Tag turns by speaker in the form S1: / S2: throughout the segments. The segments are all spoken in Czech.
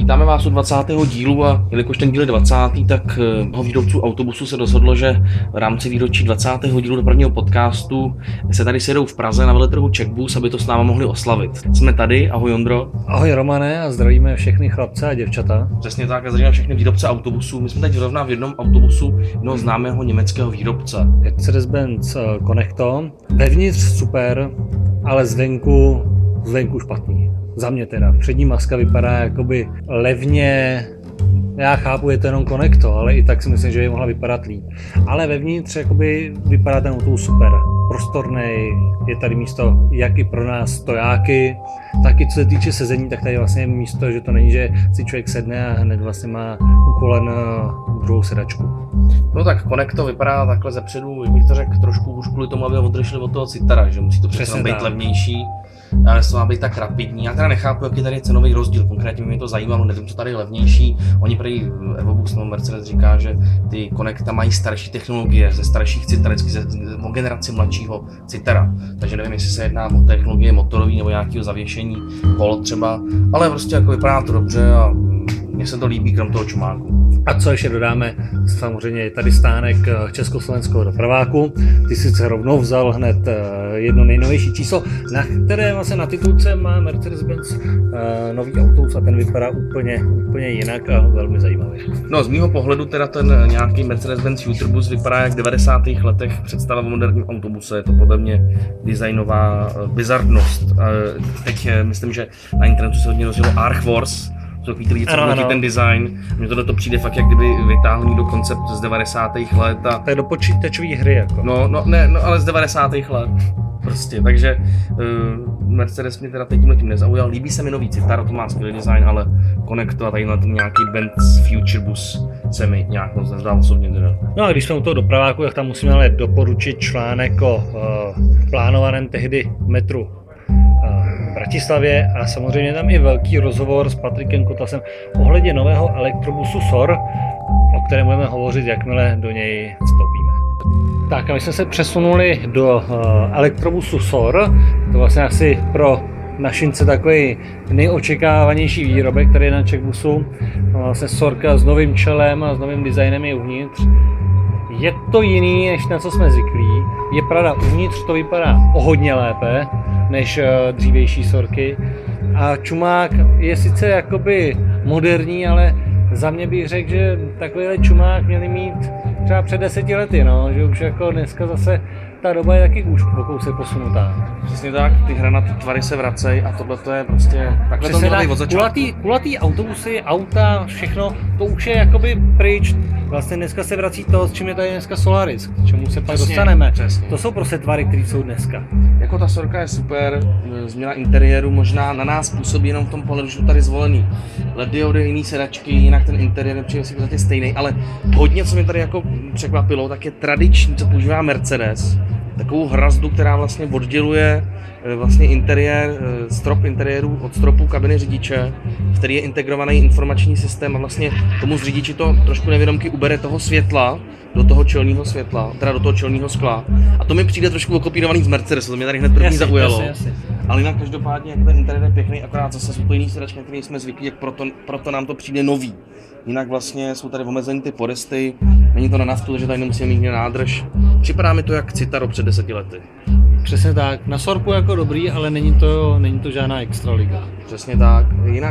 S1: Vítáme vás u 20. dílu a jelikož ten díl je 20., tak mnoho výrobců autobusu se rozhodlo, že v rámci výročí 20. dílu do prvního podcastu se tady sjedou v Praze na veletrhu CZECBUS, aby to s náma mohli oslavit. Jsme tady, ahoj Ondro.
S2: Ahoj Romane a zdravíme všechny chlapce a děvčata.
S1: Přesně tak, a zdravíme všechny výrobce autobusů. My jsme teď zrovna v jednom autobusu jednoho známého německého výrobce.
S2: Mercedes-Benz Conecto. Vevnitř super, ale zvenku špatný. Za mě teda. Přední maska vypadá jakoby levně. Já chápu, je to jenom Conecto, ale i tak si myslím, že by mohla vypadat líp. Ale vevnitř jakoby vypadá ten autobus super. Prostornej, je tady místo jak i pro nás stojáky, tak i co se týče sezení, tak tady vlastně je místo, že to není, že si člověk sedne a hned vlastně má u kolen druhou sedačku.
S1: No tak Conecto vypadá takhle zepředu, bych to řekl, trošku už kvůli tomu, aby ho odlišili od toho Citara, že musí to přesně být levnější. Ale to má být tak rapidní. Já teda nechápu, jaký tady je cenový rozdíl. Konkrétně mě to zajímalo, nevím, co tady je levnější. Oni prý Evobus nebo Mercedes říká, že ty Conecta mají starší technologie ze starších Citar, o generaci mladšího Citara. Takže nevím, jestli se jedná o technologie motorový nebo nějakého zavěšení kol třeba, ale prostě jako vypadá to dobře a mně se to líbí krom toho čumáku.
S2: A co ještě dodáme, samozřejmě je tady stánek československého dopraváku. Ty si se rovnou vzal hned jedno nejnovější číslo, na které vlastně na titulce má Mercedes-Benz nový autobus a ten vypadá úplně jinak a velmi zajímavý.
S1: No z mýho pohledu teda ten nějaký Mercedes-Benz Futurebus vypadá jak v 90. letech představa o moderním autobuse. Je to podle mě designová bizarnost. Teď myslím, že na internetu se hodně rozjelo Arch Wars, takový ty lidi, co hodnotí ten design. Mně tohle to přijde fakt, jak kdyby vytáhl někdo koncept z 90. let. A...
S2: To je do počítačové hry jako.
S1: No, ale z 90. let. Prostě, takže Mercedes mě teda teď tímhletím nezaujal. Líbí se mi nový Citaro, to má skvělý design, ale Conecto a tady na ten nějaký Benz Futurebus se mi nějak moc nezdál osobně teda.
S2: No a když jsme u toho dopraváku, tak tam musíme ale doporučit článek o plánovaném tehdy metru v Bratislavě a samozřejmě tam i velký rozhovor s Patrikem Kotasem ohledně nového elektrobusu SOR, o kterém budeme hovořit, jakmile do něj vstoupíme. Tak a my jsme se přesunuli do elektrobusu SOR, to vlastně asi pro našince takový nejočekávanější výrobek, který je na CZECBUSu. Vlastně SORka s novým čelem a s novým designem je uvnitř. Je to jiný, než na co jsme zvyklí. Je pravda, uvnitř to vypadá o hodně lépe než dřívější SORky. A čumák je sice jakoby moderní, ale za mě bych řekl, že takovýhle čumák měli mít třeba před 10 lety, no, že už jako dneska zase ta doba je taky už po kousek posunutá.
S1: Přesně tak, ty hranatý tvary se vracejí a tohle to je prostě takhle to mělo být od začátku.
S2: Kulatý autobusy, auta, všechno, to už je jakoby pryč. Vlastně dneska se vrací to, s čím je tady dneska Solaris, k čemu se pak dostaneme. Přesně. To jsou prostě tvary, které jsou dneska.
S1: Jako ta SORka je super, změna interiéru možná na nás působí jenom v tom pohledu, že jsou tady zvolený LED diody, jiný sedačky, jinak ten interiér je přijde si stejný, ale hodně, co mě tady jako překvapilo, tak je tradiční, co používá Mercedes, takovou hrazdu, která vlastně odděluje vlastně interiér, strop interiéru od stropu kabiny řidiče, který je integrovaný informační systém a vlastně tomu z řidiči to trošku nevědomky ubere toho světla do toho čelního světla, teda do toho čelního skla. A to mi přijde trošku okopírovaný z Mercedesu, to mě tady hned první zaujalo.
S2: Jasně.
S1: Ale jinak každopádně jako ten interiér je pěkný, akorát zase jsou to jiný sedačky, na který jsme zvyklí, jak proto nám to přijde nový. Jinak vlastně jsou tady omezený ty podesty, není to na naftu, takže tady nemusíme mít nádrž. Připadá mi to jak Citaro před 10 lety.
S2: Přesně tak, na SORku jako dobrý, ale není to žádná extraliga.
S1: Přesně tak, jinak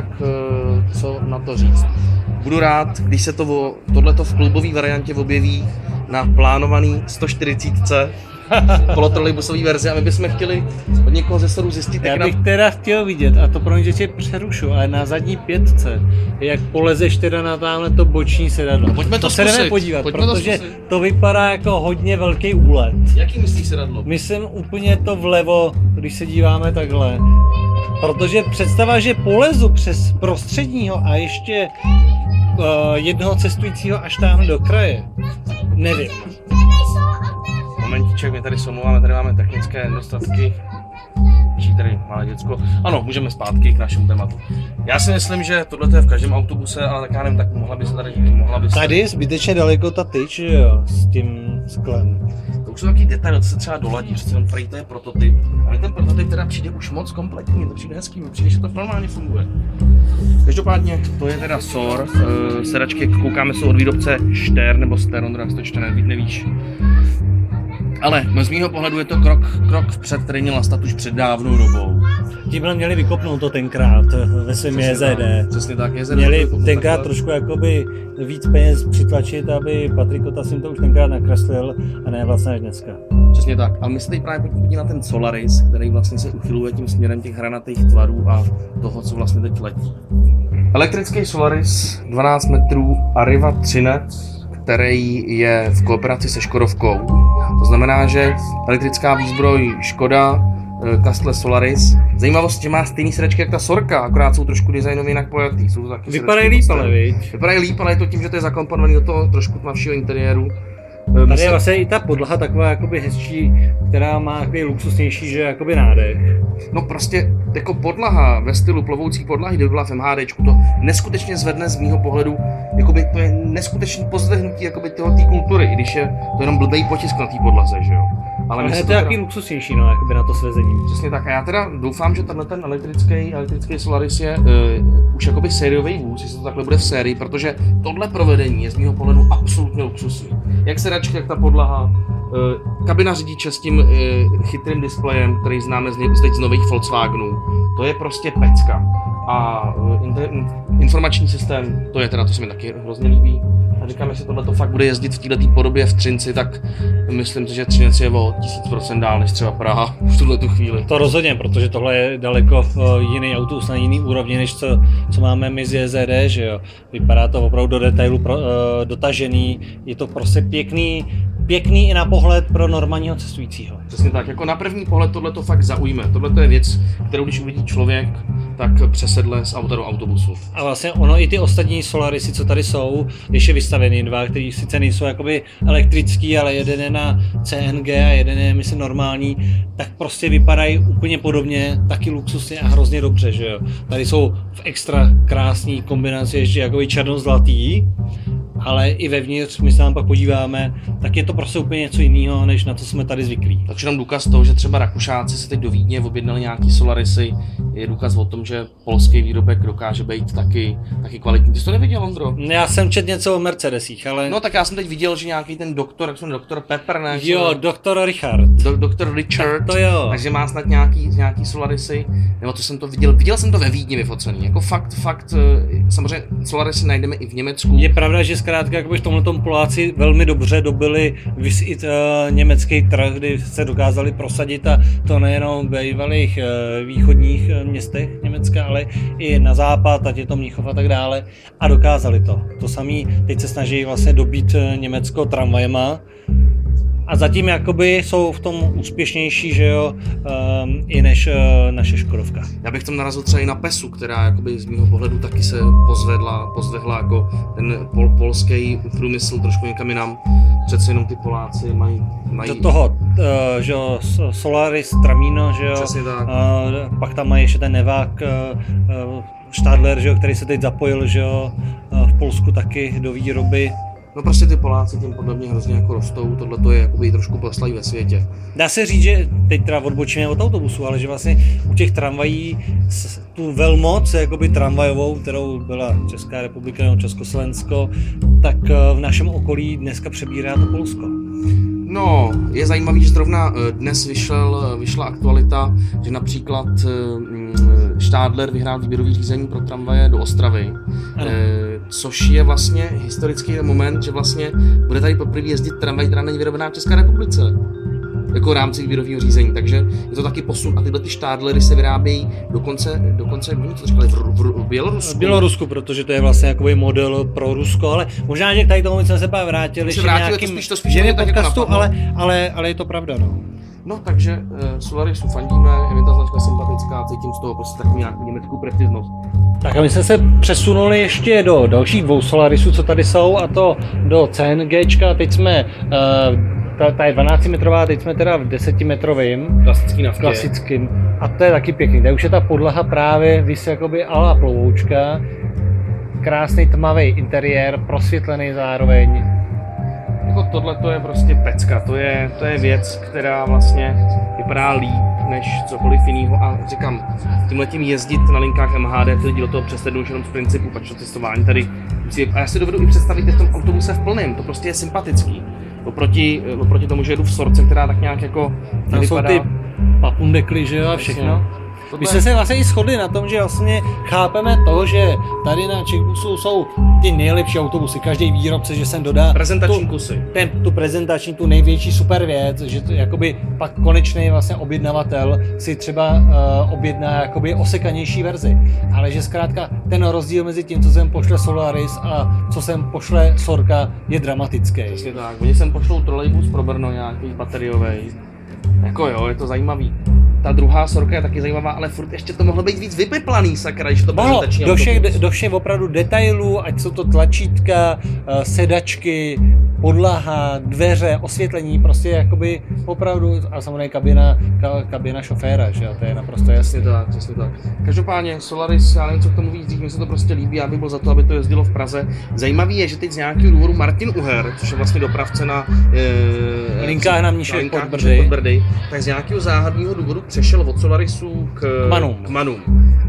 S1: co na to říct. Budu rád, když se tohleto v klubové variantě objeví na plánovaný 140 polotrolejbusový verzi a my bychom chtěli od někoho ze sadu zjistit,
S2: já bych teda chtěl vidět, a to pro mě, že tě přerušu, ale na zadní 5, jak polezeš teda na tamhle to boční sedadlo.
S1: Pojďme to
S2: se jdeme podívat, protože to vypadá jako hodně velký úlet.
S1: Jaký myslíš sedadlo?
S2: Myslím úplně to vlevo, když se díváme takhle. Protože představa, že polezu přes prostředního a ještě jednoho cestujícího až tam do kraje, nevím.
S1: Momentíček, my tady somluváme, tady máme technické nedostatky. Tady malé děcko. Ano, můžeme zpátky k našemu tématu. Já si myslím, že tohle je v každém autobuse, ale tak já nevím, tak mohla by se...
S2: Tady je zbytečně daleko ta tyč, jo, s tím sklem.
S1: už jsou takový detail, co se třeba doladí, že jenom to je prototyp, ale ten prototyp teda přijde už moc kompletní, to přijde hezký, přijde, že to normálně funguje. Každopádně to je teda SOR, sedačky, jak koukáme, jsou od výrobce Stern nebo Stern, jak to čte, nevíš. Ale z mýho pohledu je to krok vpřed, který měl nastat už před dávnou dobou.
S2: Tímhle měli vykopnout to tenkrát ve svém JZD.
S1: Přesně tak, JZD.
S2: Měli tenkrát trošku jakoby víc peněz přitlačit, aby Patrik Kotas jim to už tenkrát nakreslil a ne vlastně až dneska.
S1: Přesně tak, ale my se teď právě podívám na ten Solaris, který vlastně se uchyluje tím směrem těch hranatých tvarů a toho, co vlastně teď letí. Elektrický Solaris 12 metrů Arriva Trinec, který je v kooperaci se Škodovkou. To znamená, že elektrická výzbroj Škoda, Castle Solaris. Zajímavost, že má stejný sedačky jak ta Sorka, akorát jsou trošku designově jinak pojatý.
S2: Vypadají líp, ale viď?
S1: Vypadají líp, ale je to tím, že to je zakomponovaný do toho trošku tmavšího interiéru.
S2: Tady je vlastně i ta podlaha taková jakoby hezčí, která má takový luxusnější, že jakoby nádech.
S1: No prostě jako podlaha ve stylu plovoucí podlahy, kdyby byla v MHDčku, to neskutečně zvedne z mýho pohledu, jakoby to je neskutečný pozdvihnutí jakoby té kultury, i když je to jenom blbej potisk na té podlaze, že jo.
S2: Ale je to takový luxusnější, no, jakoby na to svezení.
S1: Přesně tak. A já teda doufám, že ten elektrický Solaris je už jakoby sériový vůz, jestli to takhle bude v sérii, protože tohle provedení je z mého pohledu absolutně luxusní. Jak sedačky, jak ta podlaha, kabina řidiče s tím chytrým displejem, který známe teď z nových Volkswagenů, to je prostě pecka. A informační systém, to je teda, to se mi taky hrozně líbí. A říkám, jestli tohle to fakt bude jezdit v této podobě v Třinci, tak myslím si, že Třinec je o 1000% dál než třeba Praha v tuhletu chvíli.
S2: To rozhodně, protože tohle je daleko jiný autobus na jiný úrovni, než co máme my z JZD, že jo. Vypadá to opravdu do detailu dotažený, je to prostě pěkný i na pohled pro normálního cestujícího.
S1: Přesně tak, jako na první pohled tohle to fakt zaujme. Tohle je věc, kterou když uvidí člověk, tak přesedle z auta do autobusu.
S2: A vlastně ono i ty ostatní Solarisy, co tady jsou, ještě vystavený dva, který sice nejsou jakoby elektrický, ale jeden je na CNG a jeden je, myslím, normální, tak prostě vypadají úplně podobně, taky luxusně a hrozně dobře, že jo. Tady jsou v extra krásný kombinaci ještě jakoby černo-zlatý, ale i vevnitř, my se tam pak podíváme, tak je to prostě úplně něco jiného, než na co jsme tady zvyklí.
S1: Takže jenom důkaz toho, že třeba Rakušáci se teď do Vídně objednali nějaký Solarisy, je důkaz o tom, že polský výrobek dokáže být taky kvalitní. Ty jsi to neviděl, Ondro?
S2: Já jsem četl něco o Mercedesích, ale...
S1: No tak já jsem teď viděl, že nějaký ten doktor, jak jsem doktor Pepper, ne?
S2: Jo, doktor Richard.
S1: Doktor Richard,
S2: to jo.
S1: Takže má snad nějaký Solarisy, nebo to jsem to viděl jsem to ve Vídni vyfocený, jako fakt, samozřejmě Solarisy najdeme i v Německu.
S2: Je pravda, že zkrátka jakoby v tomhletom Poláci velmi dobře dobili vysit německý trh, kdy se dokázali prosadit, a to nejenom v bývalých východních městech Německa, ale i na západ, ať je to Mnichov a tak dále, a dokázali to. To samý teď se snaží vlastně dobít Německo tramvajema, a zatím jakoby jsou v tom úspěšnější, že jo, i než naše Škodovka.
S1: Já bych tam narazil třeba i na Pesu, která jakoby z mého pohledu taky se pozvedla jako ten polský průmysl trošku někam jinam. Přece jenom ty Poláci mají...
S2: Do toho, že jo, Solaris Tramino, že jo.
S1: Přesně tak.
S2: Pak tam mají ještě ten Nevák Stadler, že jo, který se teď zapojil, že jo, v Polsku taky do výroby.
S1: No prostě ty Poláci tím podle mě hrozně jako rostou, tohle to je jakoby trošku poslají ve světě.
S2: Dá se říct, že teď teda odbočíme od autobusu, ale že vlastně u těch tramvají tu velmoc jakoby tramvajovou, kterou byla Česká republika nebo Československo, tak v našem okolí dneska přebírá to Polsko.
S1: No, je zajímavý, že zrovna dnes vyšla aktualita, že například Stadler vyhrál výběrový řízení pro tramvaje do Ostravy, což je vlastně historický moment, že vlastně bude tady poprvé jezdit tramvaj, která není vyrobená v České republice, jako v rámci výběrového řízení, takže je to taky posun a tyhle ty Stadlery se vyrábějí dokonce oni to říkali v Bělorusku.
S2: V Bělorusku, protože to je vlastně jakoby model pro Rusko, ale možná, že k tady tomu jsme se pak vrátili nějakým podcastu, jako ale je to pravda, no.
S1: No, takže Solarisu fandíme, je mi ta značka sympatická, cítím z toho prostě takovou nějakou německou preciznost.
S2: Tak a my jsme se přesunuli ještě do dalších dvou Solarisů, co tady jsou, a to do CNGčka, teď jsme, ta je 12 metrová, teď jsme teda v 10 metrovým. Klasickým. A to je taky pěkný, tady už je ta podlaha právě vys jakoby ala plovoučka, krásný tmavý interiér, prosvětlený zároveň.
S1: jako tohle to je prostě pecka, to je věc, která vlastně vypadá líp než cokoliv jiného a říkám, tímhletím jezdit na linkách MHD, ty lidi do toho přesledují už jenom z principu, pač to testování tady. A já si dovedu i představit v tom autobuse v plném, to prostě je sympatický. Oproti tomu, že jedu v sorce, která tak nějak jako
S2: tam vypadá. Jsou ty papundekly, že jo, a všechno. My jsme se vlastně i shodli na tom, že vlastně chápeme to, že tady na Czechbusu jsou ty nejlepší autobusy, každý výrobce, že sem dodá
S1: prezentační kusy.
S2: Tu prezentační, tu největší super věc, že to jakoby pak konečný vlastně objednavatel si třeba objedná jakoby osekanější verzi. Ale že zkrátka ten rozdíl mezi tím, co sem pošle Solaris a co sem pošle Sorka, je dramatický.
S1: Přesně tak, oni sem pošlou trolejbus pro Brno nějaký bateriový. Jako jo, je to zajímavý. Ta druhá Sorka je taky zajímavá, ale furt ještě to mohlo být víc vypiplaný, sakra, když to prezentační autobus.
S2: Do všech opravdu detailů, ať jsou to tlačítka, sedačky, podlaha, dveře, osvětlení, prostě jakoby opravdu, a samozřejmě kabina šoféra, že jo, to je naprosto jasný.
S1: Přesně tak. Každopádně Solaris, já nevím, co k tomu víc říct, mně se to prostě líbí, já bych byl za to, aby to jezdilo v Praze. Zajímavý je, že teď z nějakého důvodu Martin Uher, což je vlastně dopravce na
S2: linkách na Mníšek pod
S1: Brdy, tak z nějakého záhadného důvodu přešel od Solarisu k Manům.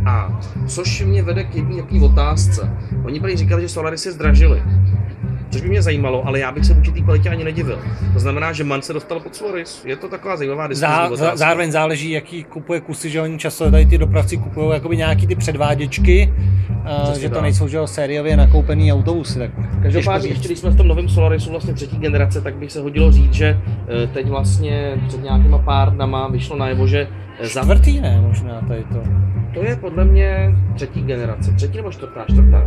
S1: A což mě vede k jedné otázce. Oni prý říkali, že Solarisy zdražily. Což by mě zajímalo, ale já bych se vůči té kvalitě ani nedivil. To znamená, že MAN se dostal pod Solaris. Je to taková zajímavá diskuzní otázka.
S2: Zároveň záleží, jaký kupuje kusy, že oni často tady ty dopravci kupují jakoby nějaký ty předváděčky, že to nejsou že sériově nakoupený autobusy. Tak
S1: každopádně ještě když jsme v tom novém Solarisu vlastně třetí generace, tak bych se hodilo říct, že teď vlastně před nějakýma pár dnama vyšlo najevo, že
S2: čtvrtý ne, možná tady to.
S1: To je podle mě třetí generace. Třetí nebo čtvrtá?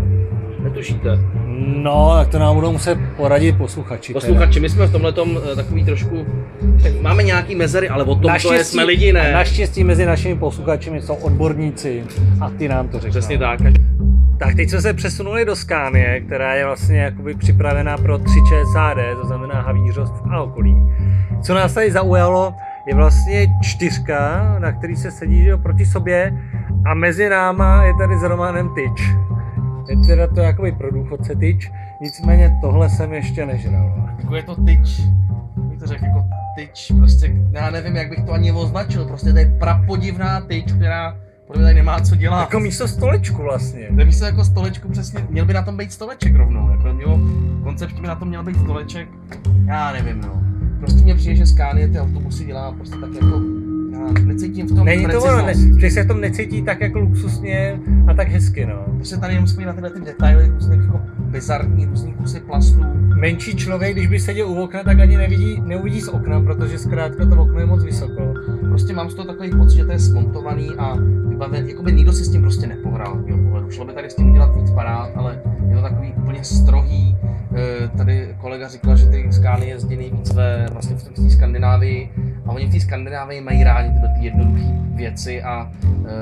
S1: Netušíte?
S2: No, tak to nám budou muset poradit posluchači.
S1: My jsme v tomhletom takový trošku, tak máme nějaký mezery, ale o tom to je, jsme lidi, ne?
S2: Naštěstí mezi našimi posluchači jsou odborníci a ty nám to řeknou.
S1: Přesně tak.
S2: Tak teď jsme se přesunuli do Scanie, která je vlastně jakoby připravená pro 3 ČSAD, to znamená Havířov a okolí. Co nás tady zaujalo, je vlastně 4, na který se sedí že, proti sobě a mezi náma je tady s Romanem tyč. Je teda to jakoby pro důchodce tyč, nicméně tohle jsem ještě nežral.
S1: Jako je to tyč, bych to řekl jako tyč, prostě já nevím, jak bych to ani označil, prostě to je prapodivná tyč, která podle mě tady nemá co dělat.
S2: Jako místo stolečku vlastně.
S1: To je místo jako stolečku přesně, měl by na tom být stoleček rovnou, jako koncepčně by na tom měl být stoleček, já nevím no. Prostě mě přijde, že Scania ty autobusy dělá prostě tak jako, já necítím v tom preciznost.
S2: Že se v tom necítí tak jako luxusně a tak hezky, no.
S1: Prostě tady jenom spojit na tyhle ty detaily, různých jako bizarní, různý kusy plastů.
S2: Menší člověk, když by seděl u okna, tak ani neuvidí z okna, protože zkrátka to okno je moc vysoko.
S1: Prostě mám z toho takový pocit, že to je smontovaný a vybavený, jakoby nikdo si s tím prostě nepohrál z mého pohledu. Šlo by tady s tím udělat víc parád, ale je to takový úplně strohý. Tady kolega říkal, že ty Scania jezdí nejvíc vlastně v té Skandinávii a oni v té Skandinávii mají rádi tyhle ty jednoduché věci a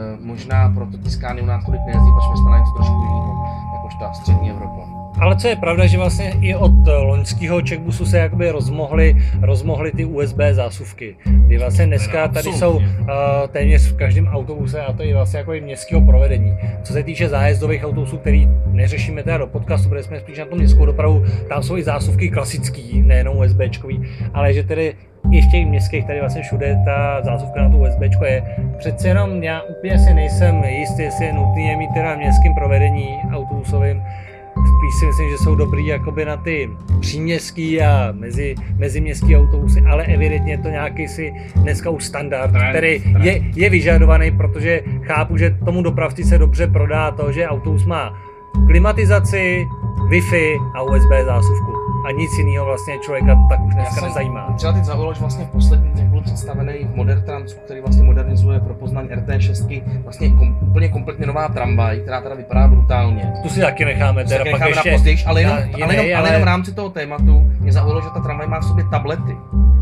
S1: možná proto ty Scania u nás tolik nejezdí, protože my jsme na něco trošku jiného, jakož ta střední Evropa.
S2: Ale co je pravda, že vlastně i od loňského Czechbusu se jakoby rozmohly ty USB zásuvky. Kdy vlastně dneska tady jsou téměř v každém autobuse a to je vlastně jako i městského provedení. Co se týče zájezdových autobusů, který neřešíme teda do podcastu, protože jsme spíš na tom městskou dopravu, tam jsou i zásuvky klasický, nejenom USBčkový, ale že tedy i v těch městských tady vlastně všude ta zásuvka na to USBčko je. Přece jenom já úplně si nejsem jistý, jestli je nutný je mít teda v městském provedení autobusovým. Spíš si myslím, že jsou dobrý jakoby na ty příměstský a meziměstský autobusy, ale evidentně je to nějaký si dneska už standard, který je vyžadovaný, protože chápu, že tomu dopravci se dobře prodá to, že autobus má klimatizaci, Wi-Fi a USB zásuvku. A nic jiného vlastně člověka tak už dneska nezajímá.
S1: Třeba teď zaujalo, že vlastně poslední byl představený v Modertransu, který vlastně modernizuje pro Poznaň RT6, vlastně úplně kompletně nová tramvaj, která teda vypadá brutálně.
S2: Tu si taky necháme teda pak ještě
S1: později, ale jenom v rámci toho tématu mě zaujalo, že ta tramvaj má v sobě tablety.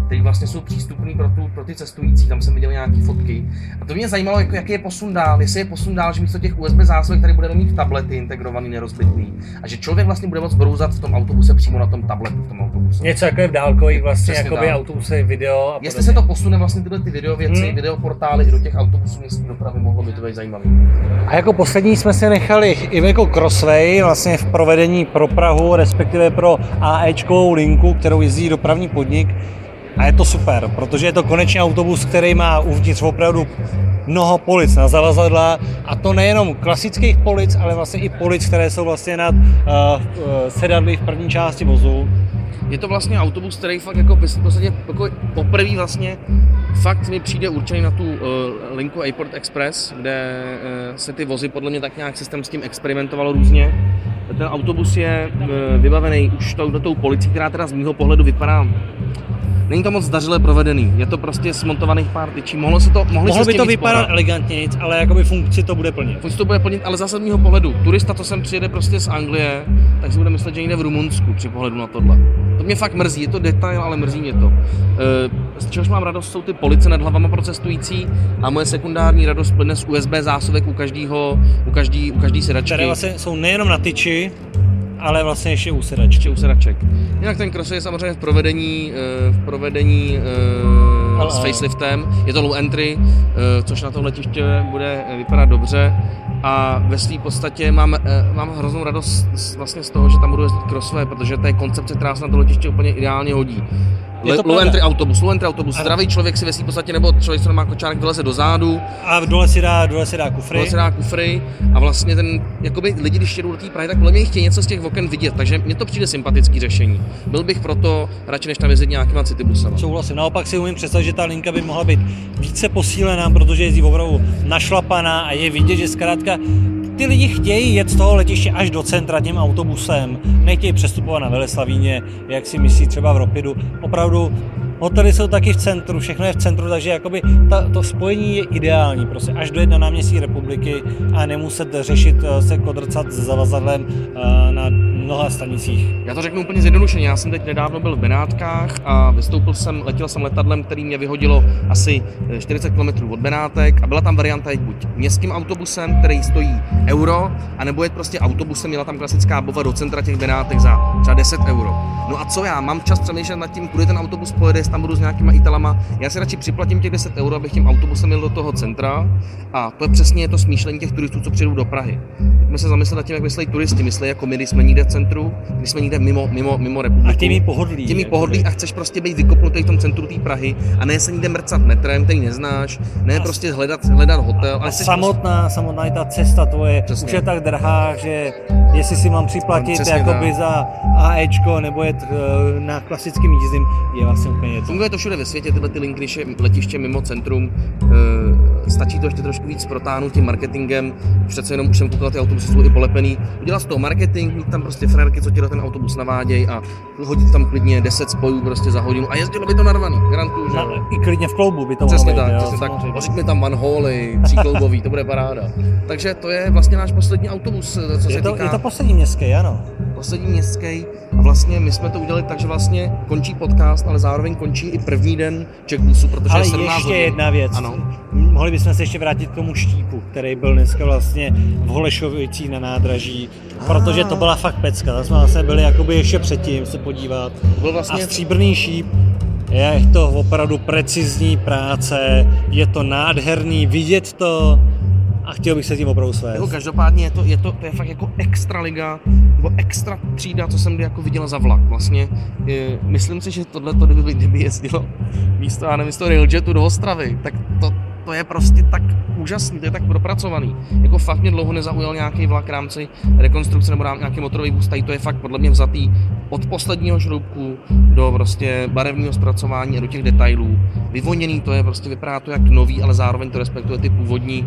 S1: které vlastně jsou přístupné pro ty cestující, tam jsem viděl nějaké fotky. A to mě zajímalo, jaký je posun dál, jestli je posun dál, že místo těch USB zásobek tady budeme mít tablety integrovaný, nerozbitný. A že člověk vlastně bude moct brouzat v tom autobuse přímo na tom tabletu v tom autobuse.
S2: Něco jako je v dálkových vlastně jakoby autobusy, video a
S1: jestli se to posune vlastně tyhle ty videověci, videoportály i do těch autobusů městské dopravy, mohlo by to být zajímavé.
S2: A jako poslední jsme si nechali Iveco Crossway vlastně v provedení pro Prahu, respektive pro AEčkovou linku, kterou jezdí dopravní podnik. A je to super, protože je to konečně autobus, který má uvnitř opravdu mnoho polic na zavazadla, a to nejenom klasických polic, ale vlastně i polic, které jsou vlastně nad sedadly v první části vozu.
S1: Je to vlastně autobus, který fakt jako v podstatě jako poprvé vlastně fakt mi přijde určený na tu linku Airport Express, kde se ty vozy podle mě tak nějak systém s tím experimentovalo různě. Ten autobus je vybavený už tou policií, která teda z mýho pohledu vypadá. Není to moc zdařile provedený, je to prostě smontovaných pár tyčí. Mohlo by to vypadat
S2: elegantně, ale jakoby funkci to bude plnit.
S1: Funkci to bude plnit, ale zase z mýho pohledu. Turista, co sem přijede prostě z Anglie, tak si bude myslet, že jde v Rumunsku při pohledu na tohle. To mě fakt mrzí, je to detail, ale mrzí mě to. Z čehož mám radost, jsou ty police nad hlavama pro cestující, a moje sekundární radost plyne z USB zásobek u každý sedačky.
S2: Které vlastně jsou nejenom na tyči, ale vlastně ještě u sedaček.
S1: Jinak ten Crossway je samozřejmě v provedení s faceliftem. Je to low entry, což na tom letiště bude vypadat dobře. A ve své podstatě mám hroznou radost vlastně z toho, že tam budu jezdit Crossway, protože to je koncepce, která se na to letiště úplně ideálně hodí. Low entry autobus, zdravý člověk si ve svý podstatě, nebo člověk, co má kočárek, vyleze do zádu.
S2: A dole si dá
S1: kufry. A vlastně ten, jakoby lidi, když jedou do té Prahy, tak podle mě chtějí něco z těch oken vidět, takže mně to přijde sympatický řešení. Byl bych proto radši, než tam jezdit nějakýma citybusama.
S2: Souhlasím, naopak si umím představit, že ta linka by mohla být více posílená, protože jezdí opravdu našlapaná a je vidět, že zkrátka ty lidi chtějí jet z toho letiště až do centra tím autobusem, nechtějí přestupovat na Veleslavíně, jak si myslí třeba v Ropidu. Opravdu hotely jsou taky v centru, všechno je v centru, takže jakoby to spojení je ideální, prostě až dojet na náměstí Republiky a nemuset řešit se kodrcat s zavazadlem na mnoha stanicích.
S1: Já to řeknu úplně zjednodušeně, já jsem teď nedávno byl v Benátkách a letěl jsem letadlem, který mě vyhodilo asi 40 km od Benátek, a byla tam varianta jít buď městským autobusem, který stojí euro, anebo jet prostě autobusem, měla tam klasická bova do centra těch Benátek za třeba 10 euro. No a co já, mám čas přemýšlet nad tím, kudy ten autobus pojede, jestli tam budu s nějakýma Italama. Já si radši připlatím těch 10 euro, abych tím autobusem jel do toho centra, a to je přesně to smýšlení těch turistů, co přijdou do Prahy. Pojďme se zamyslet nad tím, jak myslejí turisti, myslí jako my, když jsme někde v centru, když jsme někde mimo republiku.
S2: A těmi pohodlí.
S1: A chceš prostě být vykopnutý v tom centru té Prahy a ne se někde mrcat metrem, který neznáš, ne prostě hledat hotel. Ale
S2: samotná i ta cesta tvoje už je tak drahá, že jestli si mám připlatit jakoby za AEčko nebo jet na klasickým jízdím, je vlastně úplně něco.
S1: Funguje to všude ve světě, tyhle ty linky, když je letiště mimo centrum, stačí to ještě trošku víc protáhnout tím marketingem, přece jenom už jsem koukal, ty autobusy jsou i polepený, udělat z toho marketing, mít tam prostě frérky, co ti do ten autobus navádějí, a hodit tam klidně 10 spojů prostě za hodinu a jezdilo by to narvaný, garantuju, že?
S2: I klidně v kloubu by to
S1: přesně mohlo být. Přesně tak. Hořit tam Van Holy, 3kloubový, to bude paráda. Takže to je vlastně náš poslední autobus, co se týká.
S2: Je to poslední městský, ano.
S1: Poslední městský, a vlastně my jsme to udělali tak, že vlastně končí podcast, ale zároveň končí i první den Checkbusu, protože
S2: ale
S1: je 17
S2: ještě
S1: hodin.
S2: Jedna věc.
S1: Ano.
S2: Mohli bychom se ještě vrátit k tomu štípu, který byl dneska vlastně v Holešovicích na nádraží, protože to byla fakt pecka. Tam jsme vlastně byli jakoby ještě předtím se podívat.
S1: Vlastně...
S2: A stříbrný šíp, je to opravdu precizní práce, je to nádherný, vidět to. A chtěl bych se tím opravdu svést.
S1: Jako každopádně je fakt jako extra liga, nebo extra třída, co jsem kdy jako viděl za vlak. Vlastně myslím si, že tohleto, kdyby jezdilo místo Railjetu do Ostravy, tak to je prostě tak úžasný, to je tak propracovaný. Jako fakt mě dlouho nezaujal nějaký vlak v rámci rekonstrukce nebo nějaký motorový vůz, tady to je fakt podle mě vzatý od posledního šroubku do prostě barevného zpracování a do těch detailů. Vyvoněný to je, prostě vypadá to jak nový, ale zároveň to respektuje ty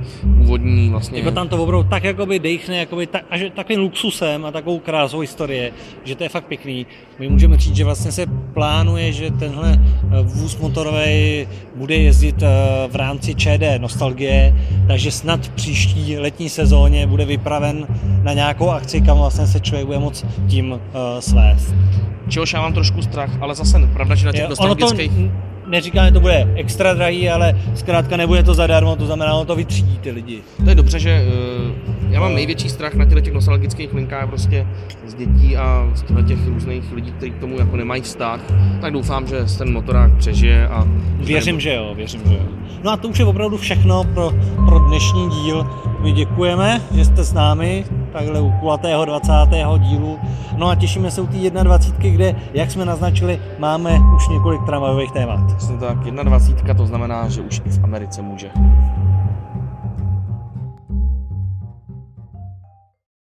S1: původní vlastně.
S2: Jako tam to opravdu tak jakoby dejchne, jakoby takovým luxusem a takovou krásou historie, že to je fakt pěkný. My můžeme říct, že vlastně se plánuje, že tenhle vůz motorový bude jezdit v rámci ČD Nostalgie, takže snad v příští letní sezóně bude vypraven na nějakou akci, kam vlastně se člověk bude moct tím svést.
S1: Čehož já mám trošku strach, ale zase pravda, že na těch nostalgických...
S2: neříkám, že to bude extra drahý, ale zkrátka nebude to zadarmo, to znamená, ono to vytřídí ty lidi.
S1: To je dobře, že já mám největší strach na těch nostalgických linkách prostě z dětí a z těch různých lidí, kteří k tomu jako nemají vztah, tak doufám, že ten motorák přežije a...
S2: Věřím, že jo. No a to už je opravdu všechno pro dnešní díl. My děkujeme, že jste s námi, takhle u kulatého 20. dílu. No a těšíme se u té 21, kde, jak jsme naznačili, máme už několik tramvajových témat.
S1: Tak 21, to znamená, že už i v Americe může.